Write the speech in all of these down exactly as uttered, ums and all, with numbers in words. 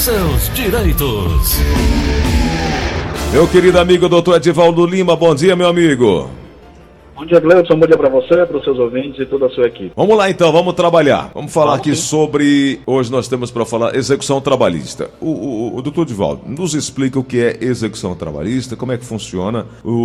seus direitos. Meu querido amigo doutor Edivaldo Lima, bom dia, meu amigo. Bom dia, Gleudson, bom dia para você, para os seus ouvintes e toda a sua equipe. Vamos lá então, vamos trabalhar. Vamos falar vamos aqui sim. sobre, hoje nós temos para falar execução trabalhista. O, o, o doutor Edivaldo nos explica o que é execução trabalhista, como é que funciona,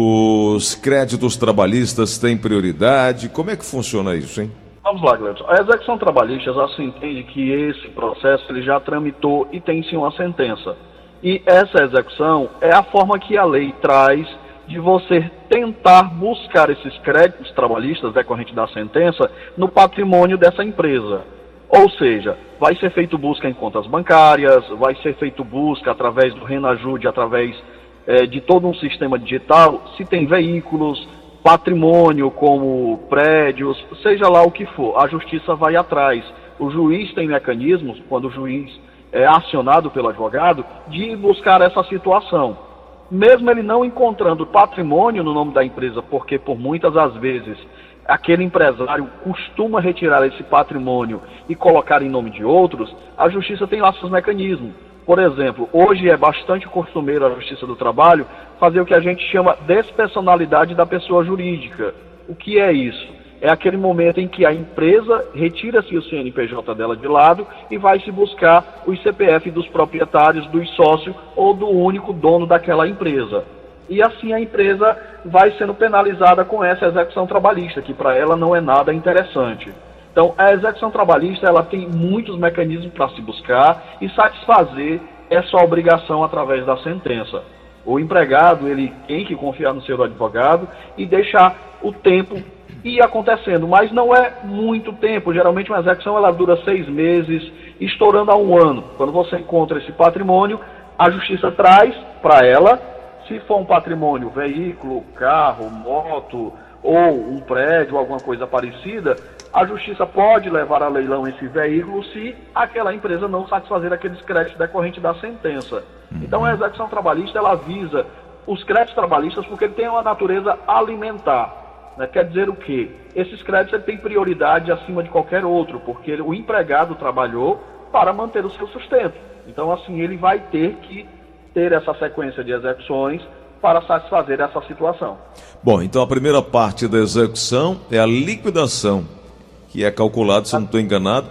os créditos trabalhistas têm prioridade, como é que funciona isso, hein? Vamos lá, Gleudson. A execução trabalhista já se entende que esse processo ele já tramitou e tem sim uma sentença. E essa execução é a forma que a lei traz de você tentar buscar esses créditos trabalhistas decorrentes da sentença no patrimônio dessa empresa. Ou seja, vai ser feito busca em contas bancárias, vai ser feito busca através do Renajude, através eh, de todo um sistema digital, se tem veículos, patrimônio como prédios, seja lá o que for, a justiça vai atrás. O juiz tem mecanismos, quando o juiz é acionado pelo advogado, de buscar essa situação. Mesmo ele não encontrando patrimônio no nome da empresa, porque por muitas das vezes aquele empresário costuma retirar esse patrimônio e colocar em nome de outros, a justiça tem lá seus mecanismos. Por exemplo, hoje é bastante costumeiro a Justiça do Trabalho fazer o que a gente chama despersonalidade da pessoa jurídica. O que é isso? É aquele momento em que a empresa retira-se o C N P J dela de lado e vai se buscar os C P F dos proprietários, dos sócios ou do único dono daquela empresa. E assim a empresa vai sendo penalizada com essa execução trabalhista, que para ela não é nada interessante. Então, a execução trabalhista ela tem muitos mecanismos para se buscar e satisfazer essa obrigação através da sentença. O empregado ele tem que confiar no seu advogado e deixar o tempo ir acontecendo, mas não é muito tempo. Geralmente uma execução ela dura seis meses, estourando a um ano. Quando você encontra esse patrimônio, a justiça traz para ela, se for um patrimônio, veículo, carro, moto ou um prédio, alguma coisa parecida, a justiça pode levar a leilão esse veículo se aquela empresa não satisfazer aqueles créditos decorrentes da sentença. Então a execução trabalhista ela visa os créditos trabalhistas porque ele tem uma natureza alimentar. Né? Quer dizer o quê? Esses créditos ele têm prioridade acima de qualquer outro, porque ele, o empregado trabalhou para manter o seu sustento. Então assim ele vai ter que ter essa sequência de execuções para satisfazer essa situação. Bom, então a primeira parte da execução é a liquidação, que é calculado, se eu não estou enganado,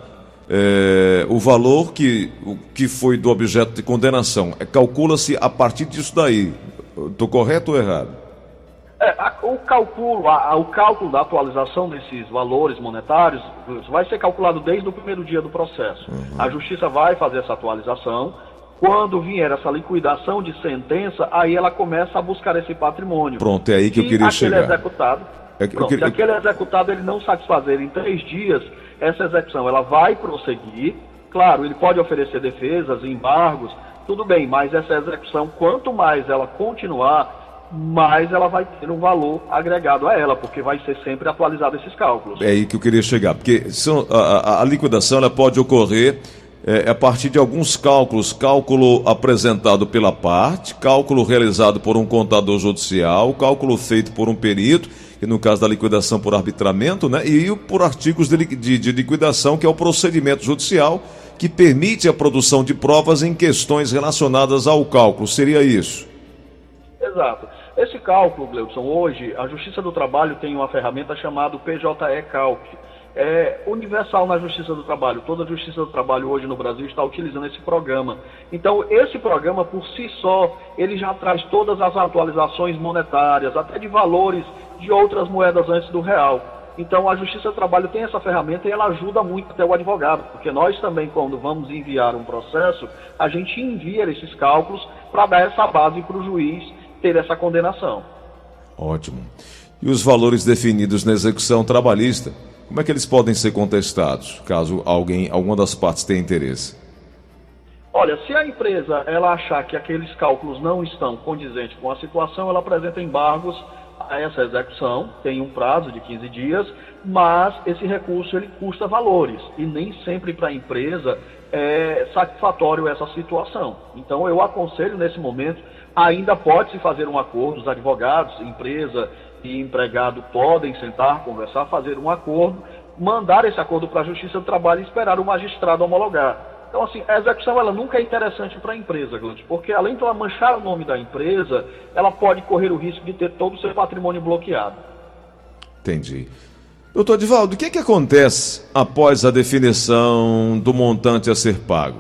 é, o valor que, o, que foi do objeto de condenação. É, calcula-se a partir disso daí. Estou correto ou errado? É, a, o, cálculo, a, o cálculo da atualização desses valores monetários vai ser calculado desde o primeiro dia do processo. Uhum. A justiça vai fazer essa atualização. Quando vier essa liquidação de sentença, aí ela começa a buscar esse patrimônio. Pronto, é aí que se eu queria aquele chegar. Executado, é, pronto, queria... Se aquele executado ele não satisfazer em três dias, essa execução ela vai prosseguir. Claro, ele pode oferecer defesas, embargos, tudo bem, mas essa execução, quanto mais ela continuar, mais ela vai ter um valor agregado a ela, porque vai ser sempre atualizado esses cálculos. É aí que eu queria chegar, porque são, a, a, a liquidação ela pode ocorrer É, a partir de alguns cálculos, cálculo apresentado pela parte, cálculo realizado por um contador judicial, cálculo feito por um perito, que no caso da liquidação por arbitramento, né, e por artigos de, de, de liquidação, que é o procedimento judicial, que permite a produção de provas em questões relacionadas ao cálculo. Seria isso? Exato. Esse cálculo, Gleudson, hoje a Justiça do Trabalho tem uma ferramenta chamada P J E-Calc. É universal na Justiça do Trabalho. Toda a Justiça do Trabalho hoje no Brasil está utilizando esse programa. Então, esse programa, por si só, ele já traz todas as atualizações monetárias, até de valores de outras moedas antes do real. Então, a Justiça do Trabalho tem essa ferramenta e ela ajuda muito até o advogado, porque nós também, quando vamos enviar um processo, a gente envia esses cálculos para dar essa base para o juiz ter essa condenação. Ótimo. E os valores definidos na execução trabalhista? Como é que eles podem ser contestados, caso alguém, alguma das partes tenha interesse? Olha, se a empresa ela achar que aqueles cálculos não estão condizentes com a situação, ela apresenta embargos a essa execução, tem um prazo de quinze dias, mas esse recurso ele custa valores e nem sempre para a empresa é satisfatório essa situação. Então eu aconselho nesse momento, ainda pode-se fazer um acordo, os advogados, empresa e empregado podem sentar, conversar, fazer um acordo, mandar esse acordo para a Justiça do Trabalho e esperar o magistrado homologar. Então, assim, a execução ela nunca é interessante para a empresa, Gleudson, porque além de ela manchar o nome da empresa, ela pode correr o risco de ter todo o seu patrimônio bloqueado. Entendi. Doutor Edivaldo, o que, que acontece após a definição do montante a ser pago?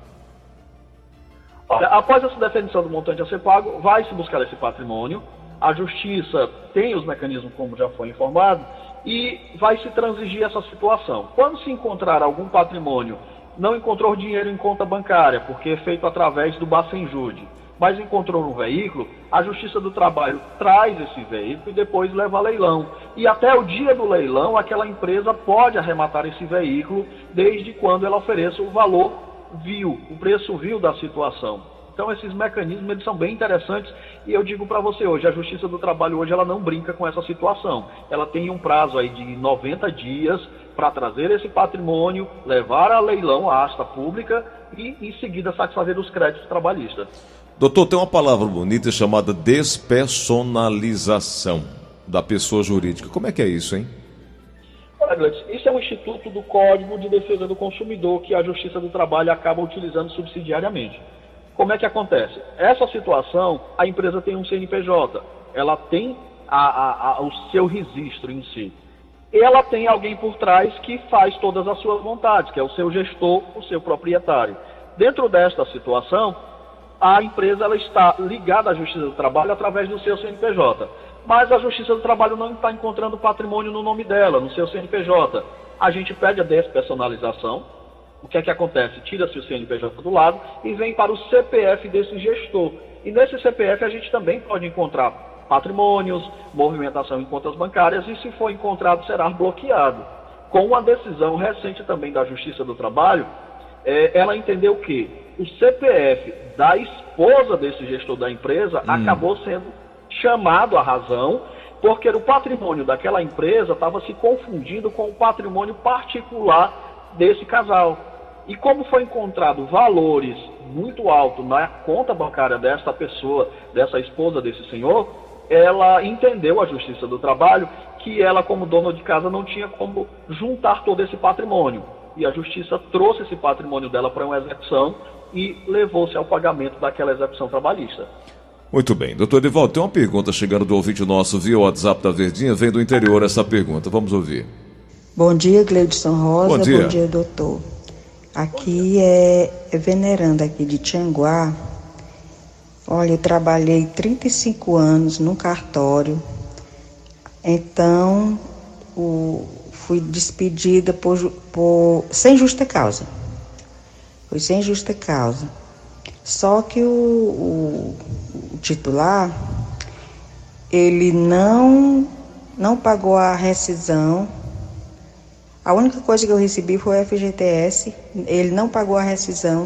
Olha, após essa definição do montante a ser pago, vai se buscar esse patrimônio, a Justiça tem os mecanismos, como já foi informado, e vai se transigir essa situação. Quando se encontrar algum patrimônio, não encontrou dinheiro em conta bancária, porque é feito através do Bacenjude, mas encontrou um veículo, a Justiça do Trabalho traz esse veículo e depois leva a leilão. E até o dia do leilão, aquela empresa pode arrematar esse veículo, desde quando ela ofereça o valor vil, o preço vil da situação. Então esses mecanismos eles são bem interessantes e eu digo para você hoje, a Justiça do Trabalho hoje ela não brinca com essa situação. Ela tem um prazo aí de noventa dias para trazer esse patrimônio, levar a leilão, à asta pública e em seguida satisfazer os créditos trabalhistas. Doutor, tem uma palavra bonita chamada despersonalização da pessoa jurídica. Como é que é isso, hein? Olha, Gleudson, isso é um instituto do Código de Defesa do Consumidor que a Justiça do Trabalho acaba utilizando subsidiariamente. Como é que acontece? Essa situação, a empresa tem um C N P J, ela tem a, a, a, o seu registro em si. Ela tem alguém por trás que faz todas as suas vontades, que é o seu gestor, o seu proprietário. Dentro desta situação, a empresa ela está ligada à Justiça do Trabalho através do seu C N P J. Mas a Justiça do Trabalho não está encontrando patrimônio no nome dela, no seu C N P J. A gente pede a despersonalização. O que é que acontece? Tira-se o C N P J do lado e vem para o C P F desse gestor. E nesse C P F a gente também pode encontrar patrimônios, movimentação em contas bancárias e se for encontrado será bloqueado. Com uma decisão recente também da Justiça do Trabalho, é, ela entendeu que o C P F da esposa desse gestor da empresa hum. acabou sendo chamado à razão porque o patrimônio daquela empresa estava se confundindo com o patrimônio particular desse casal. E como foi encontrado valores muito altos na conta bancária dessa pessoa, dessa esposa desse senhor, ela entendeu, a Justiça do Trabalho, que ela como dona de casa não tinha como juntar todo esse patrimônio. E a Justiça trouxe esse patrimônio dela para uma execução e levou-se ao pagamento daquela execução trabalhista. Muito bem. Doutor Edivaldo, tem uma pergunta chegando do ouvinte nosso via WhatsApp da Verdinha, vem do interior essa pergunta. Vamos ouvir. Bom dia, Gleudson Rosa. Bom dia. Bom dia, doutor. Aqui é, é veneranda aqui de Tianguá. Olha, eu trabalhei trinta e cinco anos num cartório. Então, o, fui despedida por, por, sem justa causa. Foi sem justa causa. Só que o, o, o titular, ele não, não pagou a rescisão. A única coisa que eu recebi foi o F G T S, ele não pagou a rescisão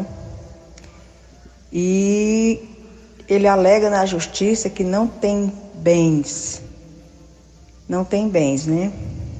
e ele alega na justiça que não tem bens, não tem bens, né?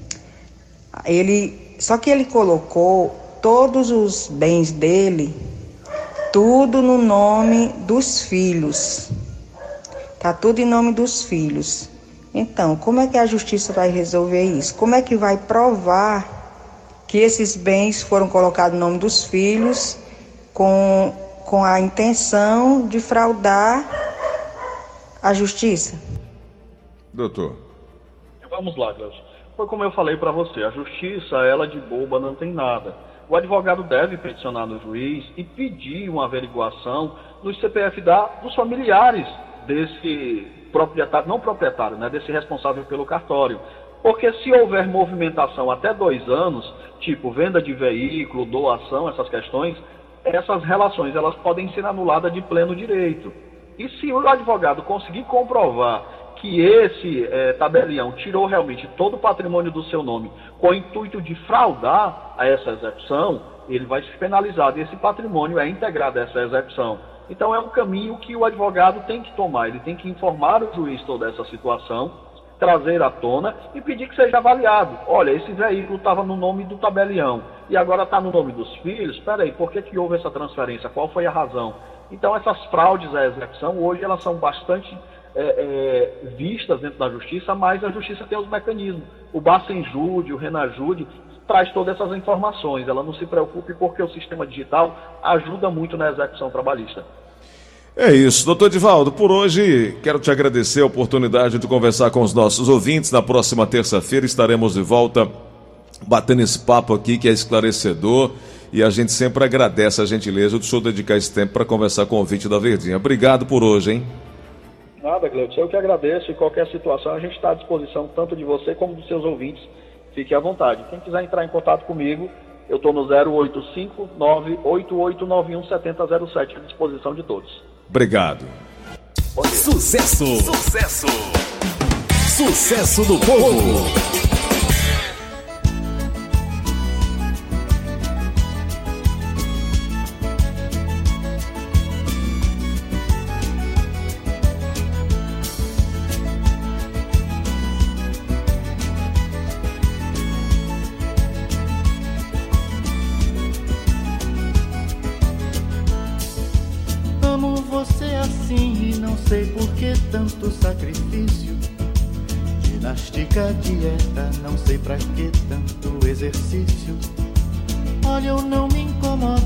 Ele, só que ele colocou todos os bens dele, tudo no nome dos filhos, tá tudo em nome dos filhos. Então, como é que a justiça vai resolver isso? Como é que vai provar que esses bens foram colocados no nome dos filhos com, com a intenção de fraudar a justiça? Doutor. Vamos lá, Gleudson. Foi como eu falei para você, a justiça, ela de boba não tem nada. O advogado deve peticionar no juiz e pedir uma averiguação nos C P F da, dos familiares desse proprietário, não proprietário, né, desse responsável pelo cartório. Porque se houver movimentação até dois anos, tipo venda de veículo, doação, essas questões, essas relações elas podem ser anuladas de pleno direito. E se o advogado conseguir comprovar que esse é, tabelião tirou realmente todo o patrimônio do seu nome com o intuito de fraudar a essa execução, ele vai ser penalizado e esse patrimônio é integrado a essa execução. Então é um caminho que o advogado tem que tomar, ele tem que informar o juiz toda essa situação, trazer à tona e pedir que seja avaliado. Olha, esse veículo estava no nome do tabelião e agora está no nome dos filhos. Espera aí, por que, que houve essa transferência? Qual foi a razão? Então essas fraudes à execução hoje elas são bastante é, é, vistas dentro da justiça, mas a justiça tem os mecanismos. O Bacenjude, o Renajude, traz todas essas informações. Ela não se preocupe porque o sistema digital ajuda muito na execução trabalhista. É isso, doutor Edivaldo, por hoje quero te agradecer a oportunidade de conversar com os nossos ouvintes. Na próxima terça-feira estaremos de volta batendo esse papo aqui que é esclarecedor e a gente sempre agradece a gentileza do senhor dedicar esse tempo para conversar com o ouvinte da Verdinha. Obrigado por hoje, hein? Nada, Cleudson, eu que agradeço. Em qualquer situação a gente está à disposição tanto de você como dos seus ouvintes. Fique à vontade. Quem quiser entrar em contato comigo, eu estou no zero oito cinco, nove oito oito nove um sete zero zero sete à disposição de todos. Obrigado. Sucesso! Sucesso! Sucesso do povo! Sei por que tanto sacrifício, ginástica, dieta, não sei pra que tanto exercício. Olha, eu não me incomodo